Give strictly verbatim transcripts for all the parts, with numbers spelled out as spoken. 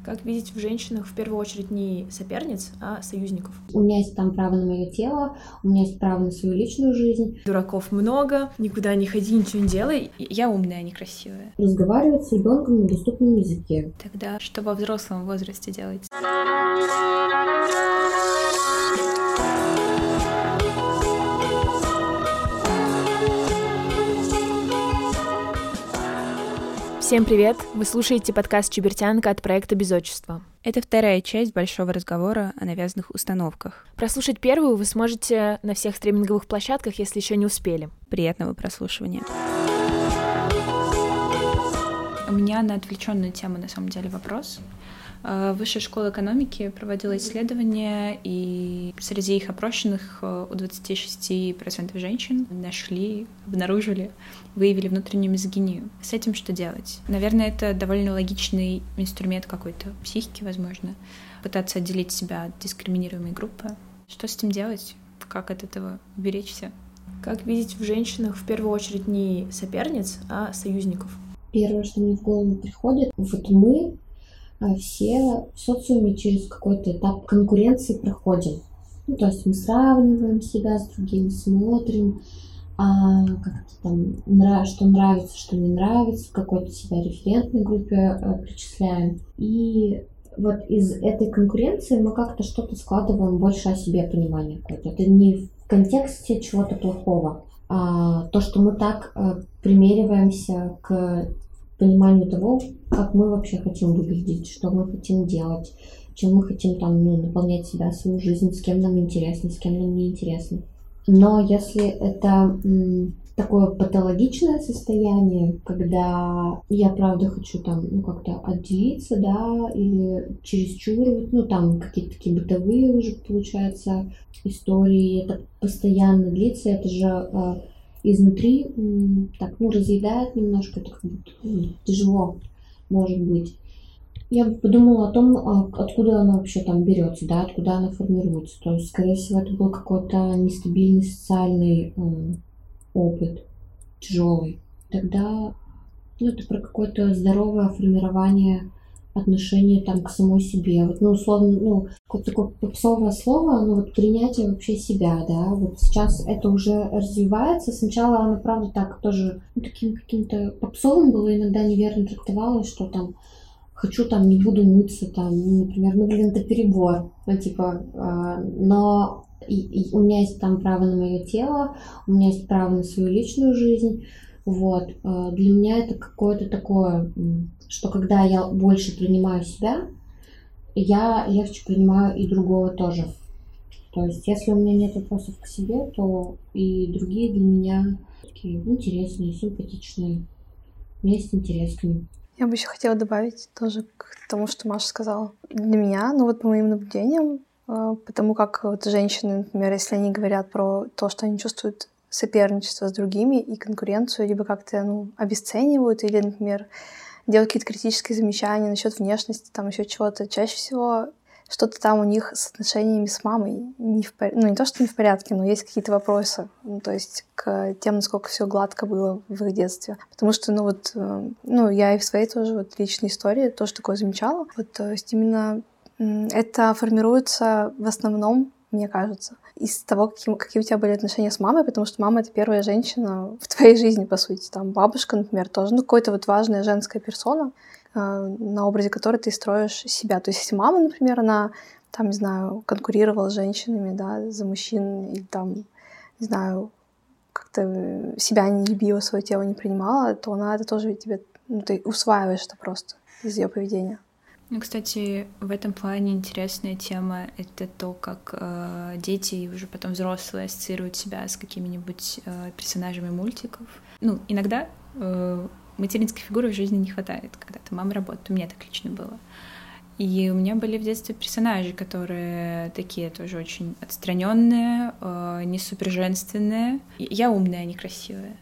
Как видеть в женщинах в первую очередь не соперниц, а союзников? У меня есть там право на мое тело, у меня есть право на свою личную жизнь. Дураков много, никуда не ходи, ничего не делай. Я умная, а не красивая. Разговаривать с ребенком на доступном языке. Тогда что во взрослом возрасте делать? Всем привет! Вы слушаете подкаст «Чубертянка» от проекта «Без отчества». Это вторая часть большого разговора о навязанных установках. Прослушать первую вы сможете на всех стриминговых площадках, если еще не успели. Приятного прослушивания. У меня на отвлеченную тему, на самом деле, вопрос. Высшая школа экономики проводила исследования, и среди их опрошенных у двадцати шести процентов женщин нашли, обнаружили, выявили внутреннюю мизогинию. С этим что делать? Наверное, это довольно логичный инструмент какой-то психики, возможно, пытаться отделить себя от дискриминируемой группы. Что с этим делать? Как от этого уберечься? Как видеть в женщинах в первую очередь не соперниц, а союзников? Первое, что мне в голову приходит, вот мы все в социуме через какой-то этап конкуренции проходим. Ну, то есть мы сравниваем себя с другими, смотрим, а, как-то там, нрав- что нравится, что не нравится, в какой-то себя референтной группе а, причисляем. И вот из этой конкуренции мы как-то что-то складываем больше о себе понимание какое-то. Это не в контексте чего-то плохого, а то, что мы так а, примериваемся к пониманию того, как мы вообще хотим выглядеть, что мы хотим делать, чем мы хотим там, ну, наполнять себя, свою жизнь, с кем нам интересно, с кем нам не интересно. Но если это м, такое патологичное состояние, когда я правда хочу там, ну, как-то отделиться, да, или чересчур, ну, там какие-то такие бытовые уже, получается, истории, это постоянно длится, это же э, изнутри м, так, ну, разъедает немножко, это как будто м, тяжело, может быть. Я бы подумала о том, откуда она вообще там берется, да, откуда она формируется. То есть, скорее всего, это был какой-то нестабильный социальный м, опыт, тяжелый. Тогда, ну, это про какое-то здоровое формирование отношения там к самой себе. Вот, ну, условно, ну, какое-то такое попсовое слово, ну, вот принятие вообще себя, да. Вот сейчас это уже развивается. Сначала оно, правда, так тоже, ну, таким каким-то попсовым было, иногда неверно трактовалось, что там хочу там, не буду мыться, там, ну, например, ну, блин, это перебор, ну, типа, э, но и, и у меня есть там право на мое тело, у меня есть право на свою личную жизнь, вот, э, для меня это какое-то такое, что когда я больше принимаю себя, я легче принимаю и другого тоже, то есть, если у меня нет вопросов к себе, то и другие для меня такие интересные, симпатичные, у меня есть интерес к ним. Я бы еще хотела добавить тоже к тому, что Маша сказала. Для меня, ну вот по моим наблюдениям, потому как вот женщины, например, если они говорят про то, что они чувствуют соперничество с другими и конкуренцию, либо как-то, ну, обесценивают, или, например, делают какие-то критические замечания насчет внешности, там еще чего-то, чаще всего что-то там у них с отношениями с мамой не в порядке. Ну, не то, что не в порядке, но есть какие-то вопросы. Ну, то есть к тем, насколько все гладко было в их детстве. Потому что, ну, вот, ну, я и в своей тоже вот личной истории тоже такое замечала. Вот, то есть именно это формируется в основном, мне кажется, из того, какие, какие у тебя были отношения с мамой, потому что мама — это первая женщина в твоей жизни, по сути. Там бабушка, например, тоже, ну, какая-то вот важная женская персона, на образе которой ты строишь себя. То есть если мама, например, она, там, не знаю, конкурировала с женщинами, да, за мужчин, или там, не знаю, как-то себя не любила, свое тело не принимала, то она это тоже тебе, ну, ты усваиваешь это просто из ее поведения. Ну, кстати, в этом плане интересная тема — это то, как э, дети и уже потом взрослые ассоциируют себя с какими-нибудь э, персонажами мультиков. Ну, иногда э, материнской фигуры в жизни не хватает, когда-то мама работает, у меня так лично было. И у меня были в детстве персонажи, которые такие тоже очень отстраненные, э, не суперженственные. Я умная, а не красивая.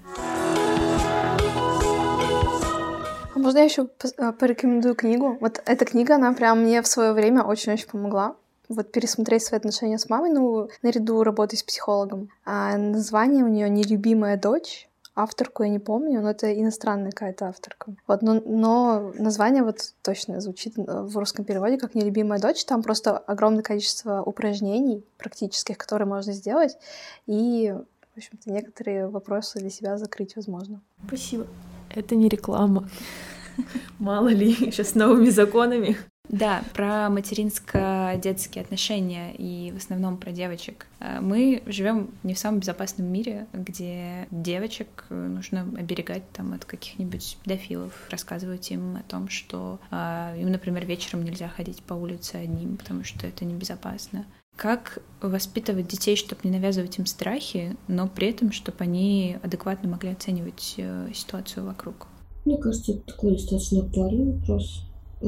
А можно я еще порекомендую книгу? Вот эта книга, она прям мне в свое время очень-очень помогла. Вот пересмотреть свои отношения с мамой, ну, наряду работы с психологом. А название у нее «Нелюбимая дочь». Авторку я не помню, но это иностранная какая-то авторка. Вот, но, но название вот точно звучит в русском переводе как «Нелюбимая дочь». Там просто огромное количество упражнений практических, которые можно сделать, и, в общем-то, некоторые вопросы для себя закрыть возможно. Спасибо. Это не реклама. Мало ли, сейчас с новыми законами. Да, про материнско-детские отношения и в основном про девочек. Мы живем не в самом безопасном мире, где девочек нужно оберегать там от каких-нибудь педофилов, рассказывать им о том, что э, им, например, вечером нельзя ходить по улице одним, потому что это небезопасно. Как воспитывать детей, чтобы не навязывать им страхи, но при этом, чтобы они адекватно могли оценивать э, ситуацию вокруг? Мне кажется, это такой достаточно актуальный вопрос.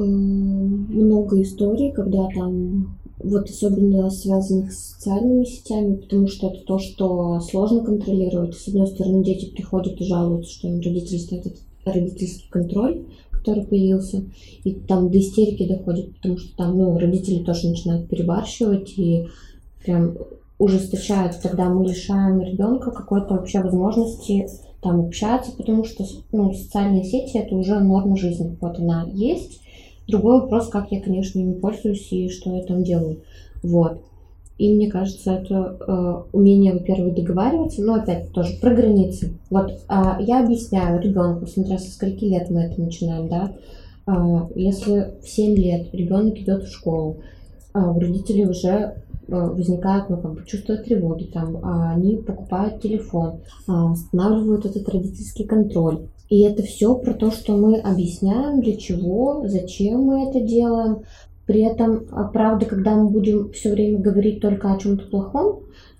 Много историй, когда там, вот особенно связанных с социальными сетями, потому что это то, что сложно контролировать. С одной стороны, дети приходят и жалуются, что им родители ставят этот родительский контроль, который появился, и там до истерики доходит, потому что там, ну, родители тоже начинают перебарщивать и прям ужесточают. Тогда мы лишаем ребенка какой-то вообще возможности там общаться, потому что, ну, социальные сети — это уже норма жизни. Вот она есть. Другой вопрос, как я, конечно, ими пользуюсь и что я там делаю. Вот. И мне кажется, это э, умение, во-первых, договариваться, но опять тоже про границы. Вот э, я объясняю ребенку, смотря со скольки лет мы это начинаем, да. Э, если в семь лет ребенок идет в школу, э, у родителей уже э, возникает, ну, как бы, чувство тревоги, там, э, они покупают телефон, э, устанавливают этот родительский контроль. И это все про то, что мы объясняем, для чего, зачем мы это делаем. При этом, правда, когда мы будем все время говорить только о чем-то плохом,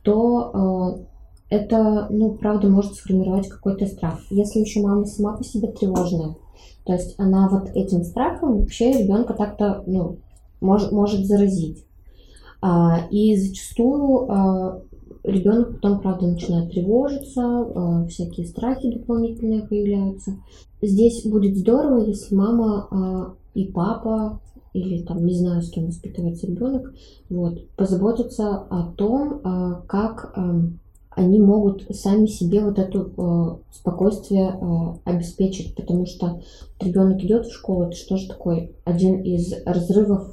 то э, это, ну, правда, может сформировать какой-то страх. Если еще мама сама по себе тревожная, то есть она вот этим страхом вообще ребенка так-то, ну, может, может заразить. А, и зачастую а, ребенок потом, правда, начинает тревожиться, а, всякие страхи дополнительные появляются. Здесь будет здорово, если мама а, и папа, или там, не знаю, с кем воспитывается ребенок, вот, позаботятся о том, а, как а, они могут сами себе вот это а, спокойствие а, обеспечить, потому что ребенок идет в школу, это что же такое? Один из разрывов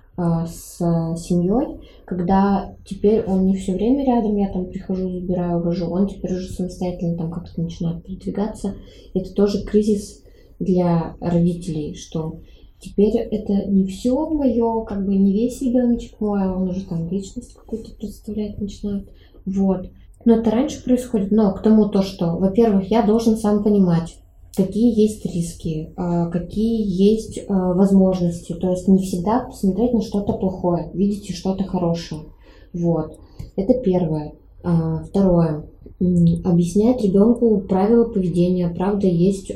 с семьей, когда теперь он не все время рядом, я там прихожу, забираю, вожу, он теперь уже самостоятельно там как-то начинает передвигаться. Это тоже кризис для родителей, что теперь это не все мое, как бы не весь ребеночек мой, он уже там вечность какую-то представлять начинает. Вот. Но это раньше происходит, но к тому то, что, во-первых, я должен сам понимать, какие есть риски, какие есть возможности. То есть не всегда посмотреть на что-то плохое, видите что-то хорошее. Вот. Это первое. Второе. Объяснять ребенку правила поведения. Правда, есть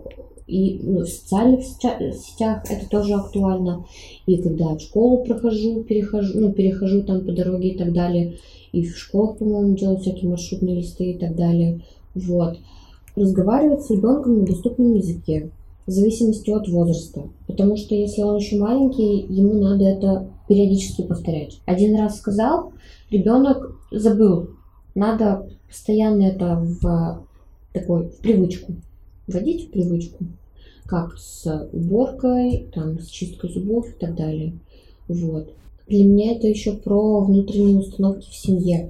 и в социальных сетях это тоже актуально. И когда в школу прохожу, перехожу, ну, перехожу там по дороге и так далее. И в школах, по-моему, делают всякие маршрутные листы и так далее. Вот. Разговаривать с ребенком на доступном языке, в зависимости от возраста. Потому что если он еще маленький, ему надо это периодически повторять. Один раз сказал, ребенок забыл. Надо постоянно это в такой в привычку вводить в привычку. Как с уборкой, там, с чисткой зубов и так далее. Вот. Для меня это еще про внутренние установки в семье.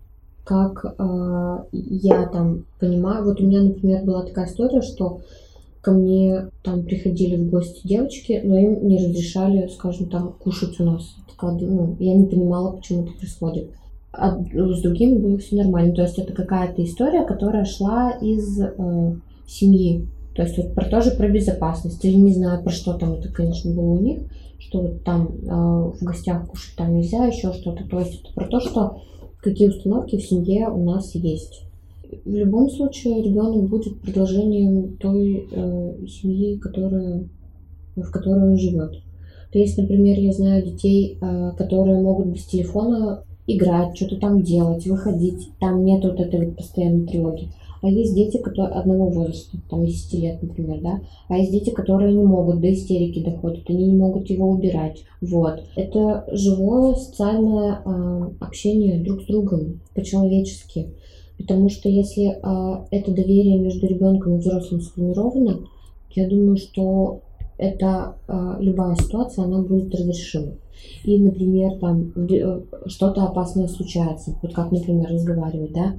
Как э, я там понимаю, вот у меня, например, была такая история, что ко мне там приходили в гости девочки, но им не разрешали, скажем, там кушать у нас. Такая, ну, я не понимала, почему это происходит. А с другими было все нормально. То есть это какая-то история, которая шла из э, семьи. То есть вот про тоже про безопасность. Или не знаю, про что там это, конечно, было у них, что вот там э, в гостях кушать там нельзя, еще что-то. То есть это про то, что какие установки в семье у нас есть. В любом случае ребенок будет продолжением той э, семьи, которая, в которой он живет. То есть, например, я знаю детей, э, которые могут без телефона играть, что-то там делать, выходить. Там нет вот этой вот постоянной тревоги. А есть дети, которые одного возраста, там десять лет, например, да. А есть дети, которые не могут, до истерики доходят, они не могут его убирать. Вот. Это живое социальное э, общение друг с другом, по-человечески. Потому что если э, это доверие между ребенком и взрослым сформировано, я думаю, что это э, любая ситуация, она будет разрешима. И, например, там э, что-то опасное случается, вот как, например, разговаривать, да.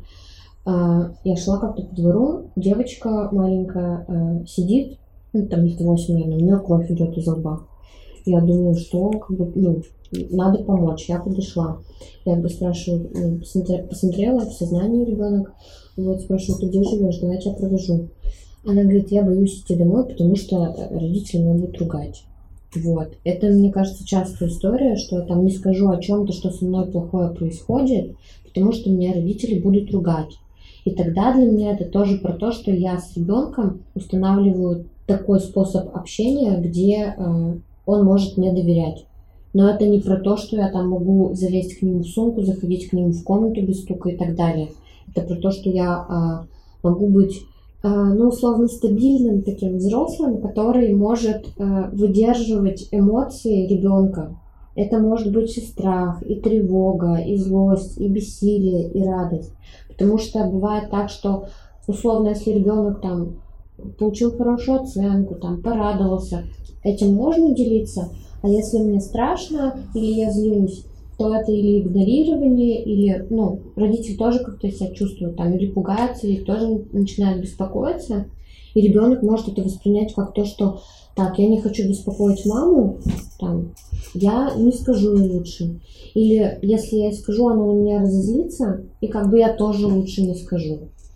Э, я шла как-то по двору, девочка маленькая э, сидит, ну, там лет восемь, наверное, у нее кровь идет из лба. Я думаю, что как бы, ну, надо помочь. Я подошла. Я бы спрашиваю, ну, посмотрела в сознании ребенок, вот спрашиваю, ты где живешь, давай я тебя провожу. Она говорит, я боюсь идти домой, потому что родители меня будут ругать. Вот. Это, мне кажется, частая история, что я там не скажу о чем-то, что со мной плохое происходит, потому что меня родители будут ругать. И тогда для меня это тоже про то, что я с ребенком устанавливаю такой способ общения, где э, он может мне доверять. Но это не про то, что я там могу залезть к нему в сумку, заходить к нему в комнату без стука и так далее. Это про то, что я э, могу быть, э, ну, условно, стабильным таким взрослым, который может э, выдерживать эмоции ребенка. Это может быть и страх, и тревога, и злость, и бессилие, и радость. Потому что бывает так, что, условно, если ребенок там получил хорошую оценку, там порадовался, этим можно делиться. А если мне страшно или я злюсь, то это или игнорирование, или, ну, родитель тоже как-то себя чувствует, там, или пугается, или тоже начинает беспокоиться. И ребенок может это воспринять как то, что так, я не хочу беспокоить маму, там, я не скажу ей лучше. Или если я ей скажу, она на меня разозлится, и как бы я тоже лучше не скажу.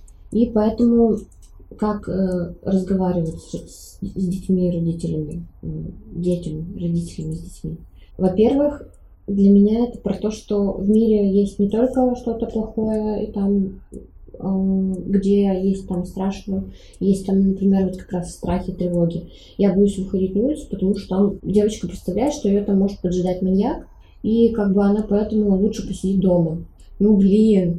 И поэтому как э, разговаривать с, с детьми и родителями, детям, родителями с детьми. Во-первых, для меня это про то, что в мире есть не только что-то плохое, и там, э, где есть там страшно, есть там, например, вот как раз страхи, тревоги. Я боюсь выходить на улицу, потому что там девочка представляет, что ее там может поджидать маньяк, и как бы она поэтому лучше посидит дома. Ну блин,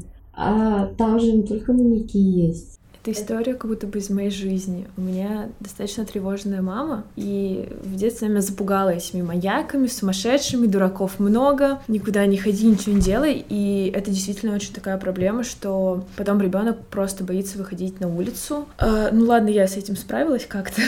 а там же не только маньяки есть. Это история как будто бы из моей жизни. У меня достаточно тревожная мама, и в детстве она меня запугала этими маньяками, сумасшедшими, дураков много, никуда не ходи, ничего не делай, и это действительно очень такая проблема, что потом ребенок просто боится выходить на улицу. А, ну ладно, я с этим справилась как-то,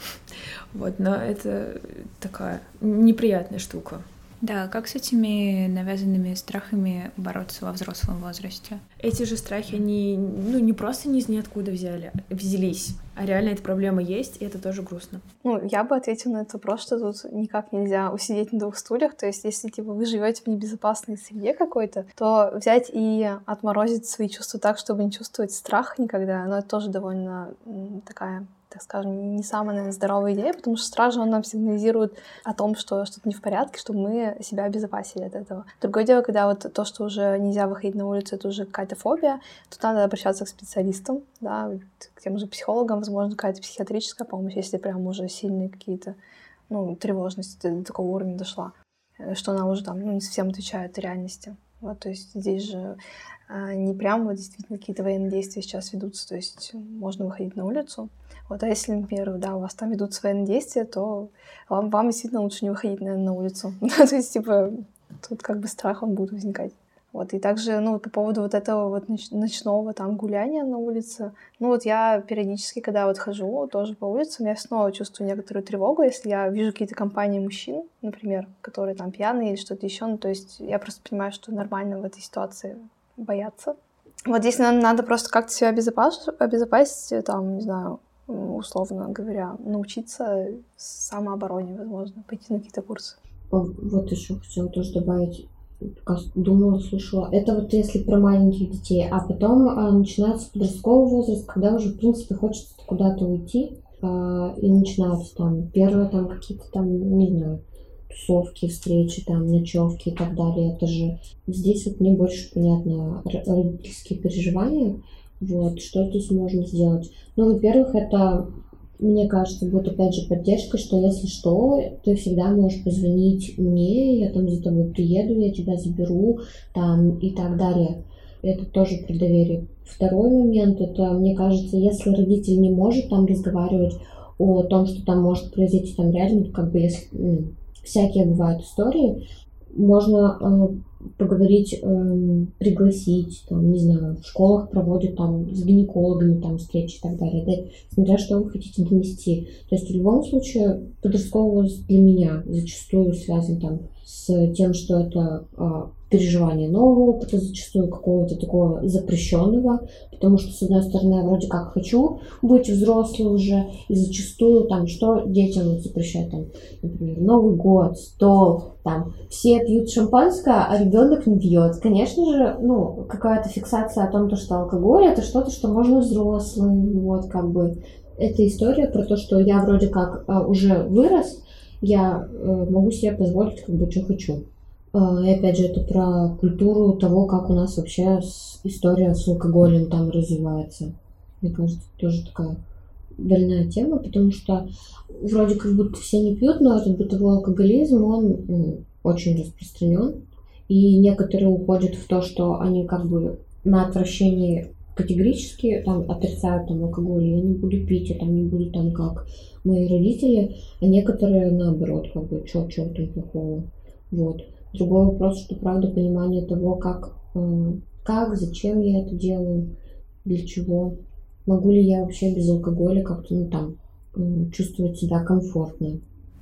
вот, но это такая неприятная штука. Да, как с этими навязанными страхами бороться во взрослом возрасте? Эти же страхи, они, ну, не просто ни из ниоткуда взяли, взялись, а реально эта проблема есть, и это тоже грустно. Ну, я бы ответила на этот вопрос, что тут никак нельзя усидеть на двух стульях, то есть если, типа, вы живете в небезопасной среде какой-то, то взять и отморозить свои чувства так, чтобы не чувствовать страх никогда, но это тоже довольно м, такая, так скажем, не самая, наверное, здоровая идея, потому что страх же он нам сигнализирует о том, что что-то не в порядке, чтобы мы себя обезопасили от этого. Другое дело, когда вот то, что уже нельзя выходить на улицу, это уже какая-то фобия, тут надо обращаться к специалистам, да, к тем же психологам, возможно, какая-то психиатрическая помощь, если прям уже сильные какие-то, ну, тревожность до такого уровня дошла, что она уже там, ну, не совсем отвечает реальности. Вот, то есть здесь же а, не прям вот действительно какие-то военные действия сейчас ведутся, то есть можно выходить на улицу. Вот, а если, например, да, у вас там ведутся военные действия, то вам, вам действительно лучше не выходить, наверное, на улицу. То есть, типа, тут как бы страх, он будет возникать. Вот, и также, ну, по поводу вот этого вот ноч- ночного там гуляния на улице, ну, вот я периодически, когда вот хожу тоже по улицам, я снова чувствую некоторую тревогу, если я вижу какие-то компании мужчин, например, которые там пьяные или что-то еще, ну, то есть я просто понимаю, что нормально в этой ситуации бояться. Вот здесь надо, надо просто как-то себя обезопасить, обезопасить, там, не знаю, условно говоря, научиться самообороне, возможно, пойти на какие-то курсы. Вот еще хотела тоже добавить, думала, слушала. Это вот если про маленьких детей, а потом а, начинается подростковый возраст, когда уже, в принципе, хочется куда-то уйти, а, и начинаются там первые там какие-то там, не знаю, тусовки, встречи, там, ночевки и так далее. Это же здесь вот мне больше понятно родительские переживания. Вот, что здесь можно сделать? Ну, во-первых, это, мне кажется, будет опять же поддержка, что если что, ты всегда можешь позвонить мне, я там за тобой приеду, я тебя заберу, там, и так далее. Это тоже про доверие. Второй момент, это, мне кажется, если родитель не может там разговаривать о том, что там может произойти, там реально, как бы, если, ну, всякие бывают истории, можно э, поговорить, э, пригласить, там, не знаю, в школах проводят там с гинекологами там встречи и так далее. Это смотря что вы хотите донести. То есть в любом случае подростковый возраст для меня зачастую связан там с тем, что это э, переживание нового опыта, зачастую какого-то такого запрещенного, потому что, с одной стороны, я вроде как хочу быть взрослой уже, и зачастую там, что детям запрещают, там, например, Новый год, стол, там, все пьют шампанское, а ребенок не пьет. Конечно же, ну, какая-то фиксация о том, что алкоголь — это что-то, что можно взрослым, вот, как бы, эта история про то, что я вроде как а, уже вырос, я а, могу себе позволить, как бы, что хочу. И опять же, это про культуру того, как у нас вообще история с алкоголем там развивается. Мне кажется, тоже такая больная тема, потому что вроде как будто все не пьют, но этот бытовой алкоголизм, он ну, очень распространен. И некоторые уходят в то, что они как бы на отвращении категорически там отрицают там алкоголь, я не буду пить, я там не буду там как мои родители, а некоторые наоборот, как бы, чё, чё там плохого. Вот. Другой вопрос, что, правда, понимание того, как, э, как, зачем я это делаю, для чего. Могу ли я вообще без алкоголя как-то, ну, там, э, чувствовать себя комфортно.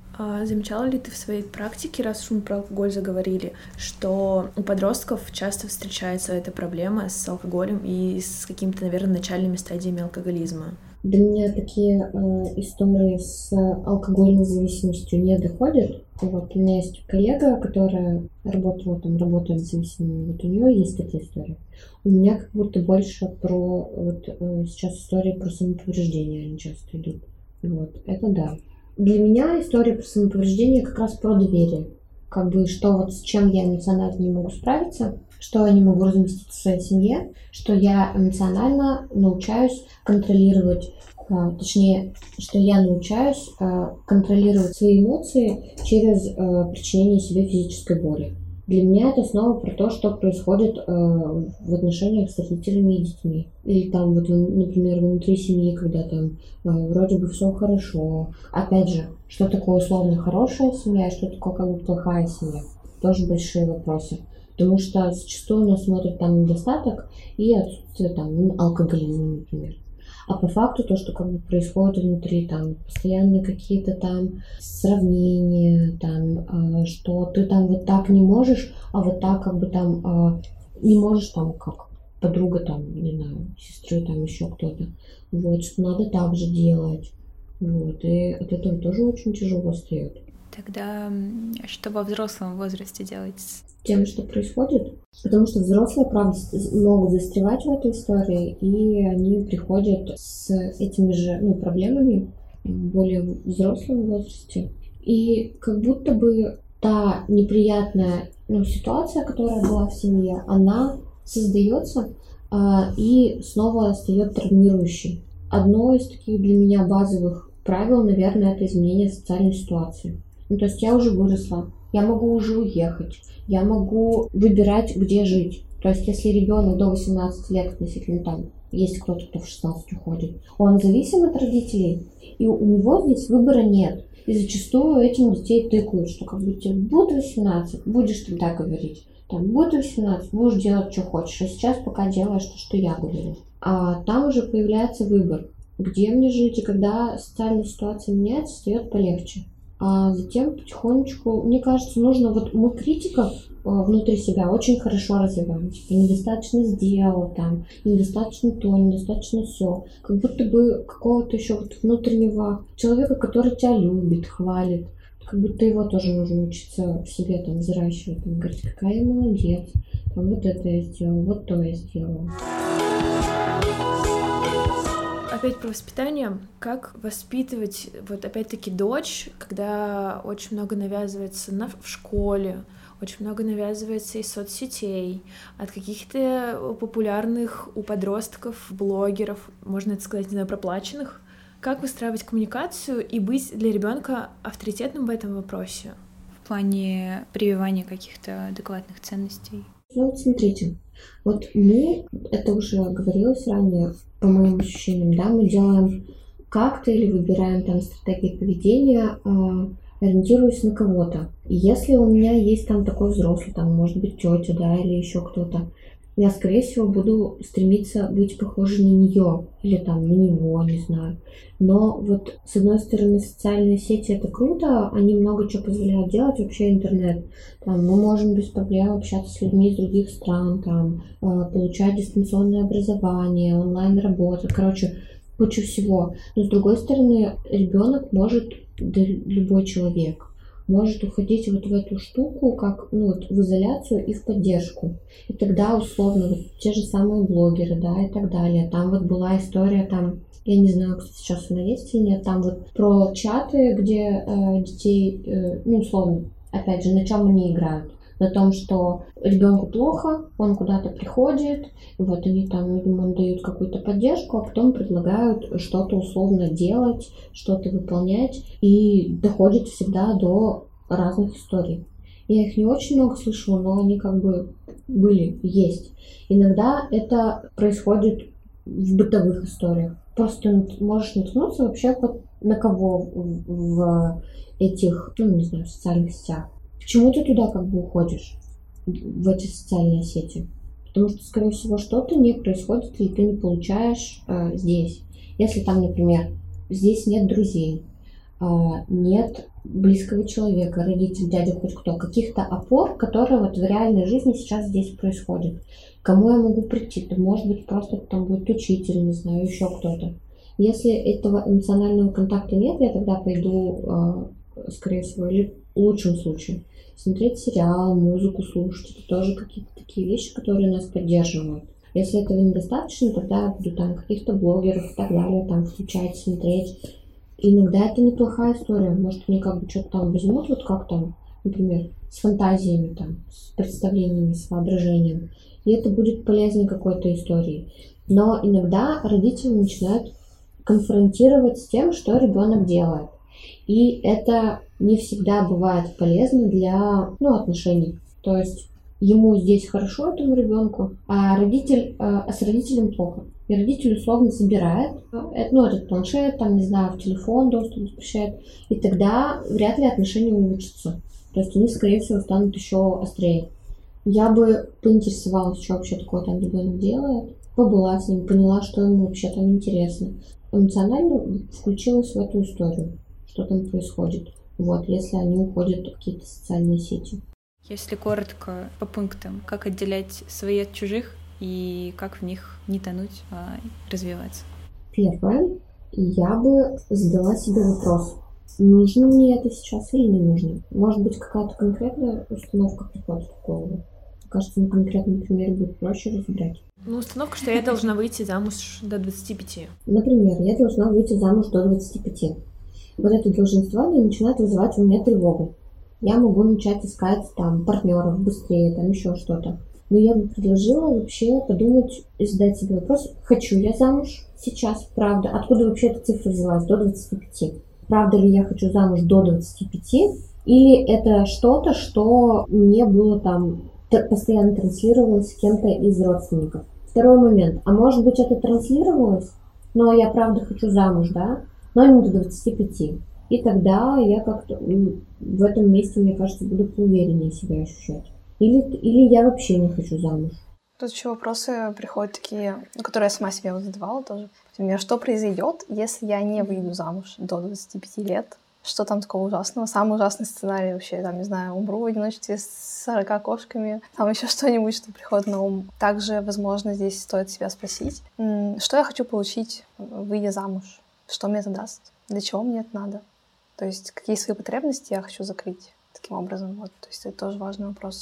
А замечала ли ты в своей практике, раз уж мы про алкоголь заговорили, что у подростков часто встречается эта проблема с алкоголем и с какими-то, наверное, начальными стадиями алкоголизма? До меня такие э, истории с алкогольной зависимостью не доходят. Вот у меня есть коллега, которая работала там, работает зависимыми, вот у нее есть эта история. У меня как будто больше про вот э, сейчас истории про самоповреждение они часто идут. Вот, это да. Для меня история про самоповреждение как раз про доверие. Как бы, что вот с чем я эмоционально не могу справиться, что я не могу разместить в своей семье, что я эмоционально научаюсь контролировать, а, точнее, что я научаюсь а, контролировать свои эмоции через а, причинение себе физической боли. Для меня это снова про то, что происходит а, в отношениях с родителями и детьми. Или там, вот, например, внутри семьи, когда там а, вроде бы все хорошо. Опять же, что такое условно хорошая семья и что такое как бы плохая семья. Тоже большие вопросы. Потому что зачастую у нас смотрят там недостаток и отсутствие там, ну, алкоголизма, например. А по факту то, что как бы происходит внутри, там постоянные какие-то там сравнения, там, э, что ты там вот так не можешь, а вот так как бы там э, не можешь там как подруга там, не знаю, сестры там еще кто-то. Вот, что надо так же делать. Вот, и от этого тоже очень тяжело встает. Тогда что во взрослом возрасте делать? Тем, что происходит. Потому что взрослые, правда, могут застревать в этой истории, и они приходят с этими же ну, проблемами в более взрослом возрасте. И как будто бы та неприятная ну, ситуация, которая была в семье, она создается а, и снова стает травмирующей. Одно из таких для меня базовых правил, наверное, это изменение социальной ситуации. Ну, то есть я уже выросла, я могу уже уехать, я могу выбирать, где жить. То есть если ребенок до восемнадцати лет относительно там, есть кто-то, кто в шестнадцать уходит, он зависим от родителей, и у него здесь выбора нет. И зачастую этим детей тыкают, что как бы тебе будет восемнадцать, будешь тогда говорить. Там будет восемнадцать, будешь делать, что хочешь. А сейчас пока делаешь то, что я говорю. А там уже появляется выбор, где мне жить, и когда социальная ситуация меняется, стает полегче. А затем потихонечку, мне кажется, нужно, вот мы критиков внутри себя очень хорошо развиваем. Типа, недостаточно сделал, там, недостаточно то, недостаточно все. Как будто бы какого-то еще вот внутреннего человека, который тебя любит, хвалит. Как будто его тоже нужно учиться в себе там взращивать. Там, говорить, какая я молодец, там, вот это я сделала, вот то я сделала. Опять про воспитание. Как воспитывать, вот опять-таки, дочь, когда очень много навязывается на, в школе, очень много навязывается из соцсетей, от каких-то популярных у подростков, блогеров, можно это сказать, не знаю, проплаченных. Как выстраивать коммуникацию и быть для ребенка авторитетным в этом вопросе? В плане прививания каких-то адекватных ценностей. Ну вот смотрите, вот мы, это уже говорилось ранее, по моим ощущениям, да, мы делаем как-то или выбираем там стратегии поведения, ориентируюсь на кого-то. И если у меня есть там такой взрослый, там, может быть, тетя, да, или еще кто-то, я, скорее всего, буду стремиться быть похожей на нее или там на него, не знаю. Но вот с одной стороны социальные сети это круто, они много чего позволяют делать, вообще интернет. Там, мы можем без проблем общаться с людьми из других стран, там, получать дистанционное образование, онлайн-работа, короче, куча всего. Но с другой стороны, ребенок может, да любой человек, может уходить вот в эту штуку, как ну, вот в изоляцию и в поддержку. И тогда, условно, вот те же самые блогеры, да, и так далее. Там вот была история, там, я не знаю, кстати, сейчас она есть или нет, там вот про чаты, где э, детей, э, ну, условно, опять же, на чем они играют. На том, что ребенку плохо, он куда-то приходит, вот они там, ему дают какую-то поддержку, а потом предлагают что-то условно делать, что-то выполнять, и доходит всегда до разных историй. Я их не очень много слышала, но они как бы были, есть. Иногда это происходит в бытовых историях. Просто можешь наткнуться вообще на кого в, в этих, ну не знаю, социальных сетях. Почему ты туда как бы уходишь, в эти социальные сети? Потому что, скорее всего, что-то не происходит, или ты не получаешь э, здесь. Если там, например, здесь нет друзей, э, нет близкого человека, родитель, дядя, хоть кто, каких-то опор, которые вот в реальной жизни сейчас здесь происходят. Кому я могу прийти? Это может быть просто там будет учитель, не знаю, еще кто-то. Если этого эмоционального контакта нет, я тогда пойду, э, скорее всего, или в лучшем случае смотреть сериал, музыку слушать. Это тоже какие-то такие вещи, которые нас поддерживают. Если этого недостаточно, тогда я буду там каких-то блогеров и так далее там включать, смотреть. И иногда это неплохая история. Может, они как бы что-то там возьмут, вот как там, например, с фантазиями, там, с представлениями, с воображением. И это будет полезной какой-то историей. Но иногда родители начинают конфронтировать с тем, что ребенок делает. И это не всегда бывает полезно для ну, отношений. То есть ему здесь хорошо, этому ребенку, а, родитель, а с родителем плохо. И родитель условно забирает ну, этот планшет, там, не знаю, в телефон доступ запрещает. И тогда вряд ли отношения улучшатся. То есть они, скорее всего, станут еще острее. Я бы поинтересовалась, что вообще такое там ребенок делает, побыла с ним, поняла, что ему вообще там интересно. Эмоционально включилась в эту историю, что там происходит. Вот, если они уходят в какие-то социальные сети. Если коротко по пунктам, как отделять свои от чужих и как в них не тонуть, а развиваться? Первое, я бы задала себе вопрос, нужно мне это сейчас или не нужно. Может быть, какая-то конкретная установка приходит в голову. Мне кажется, на конкретном примере будет проще разбирать. Ну, установка, что я должна выйти замуж до двадцати пяти. Например, я должна выйти замуж до двадцати пяти. Вот это долженствование начинает вызывать у меня тревогу. Я могу начать искать там партнеров быстрее, там еще что-то. Но я бы предложила вообще подумать и задать себе вопрос, хочу я замуж сейчас, правда? Откуда вообще эта цифра взялась до двадцати пяти? Правда ли я хочу замуж до двадцати пяти? Или это что-то, что мне было там постоянно транслировалось кем-то из родственников? Второй момент. А может быть это транслировалось, но я правда хочу замуж, да? Но не до двадцати пяти. И тогда я как-то в этом месте, мне кажется, буду поувереннее себя ощущать. Или, или я вообще не хочу замуж. Тут еще вопросы приходят такие, которые я сама себе задавала тоже. Например, что произойдет, если я не выйду замуж до двадцати пяти лет? Что там такого ужасного? Самый ужасный сценарий вообще, там, не знаю, умру в одиночестве с сорока кошками, там еще что-нибудь, что приходит на ум. Также, возможно, здесь стоит себя спросить, что я хочу получить, выйдя замуж? Что мне это даст? Для чего мне это надо? То есть какие свои потребности я хочу закрыть таким образом? Вот, то есть это тоже важный вопрос.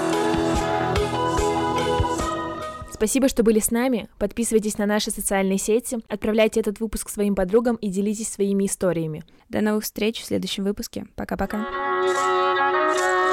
Спасибо, что были с нами. Подписывайтесь на наши социальные сети, отправляйте этот выпуск своим подругам и делитесь своими историями. До новых встреч в следующем выпуске. Пока-пока.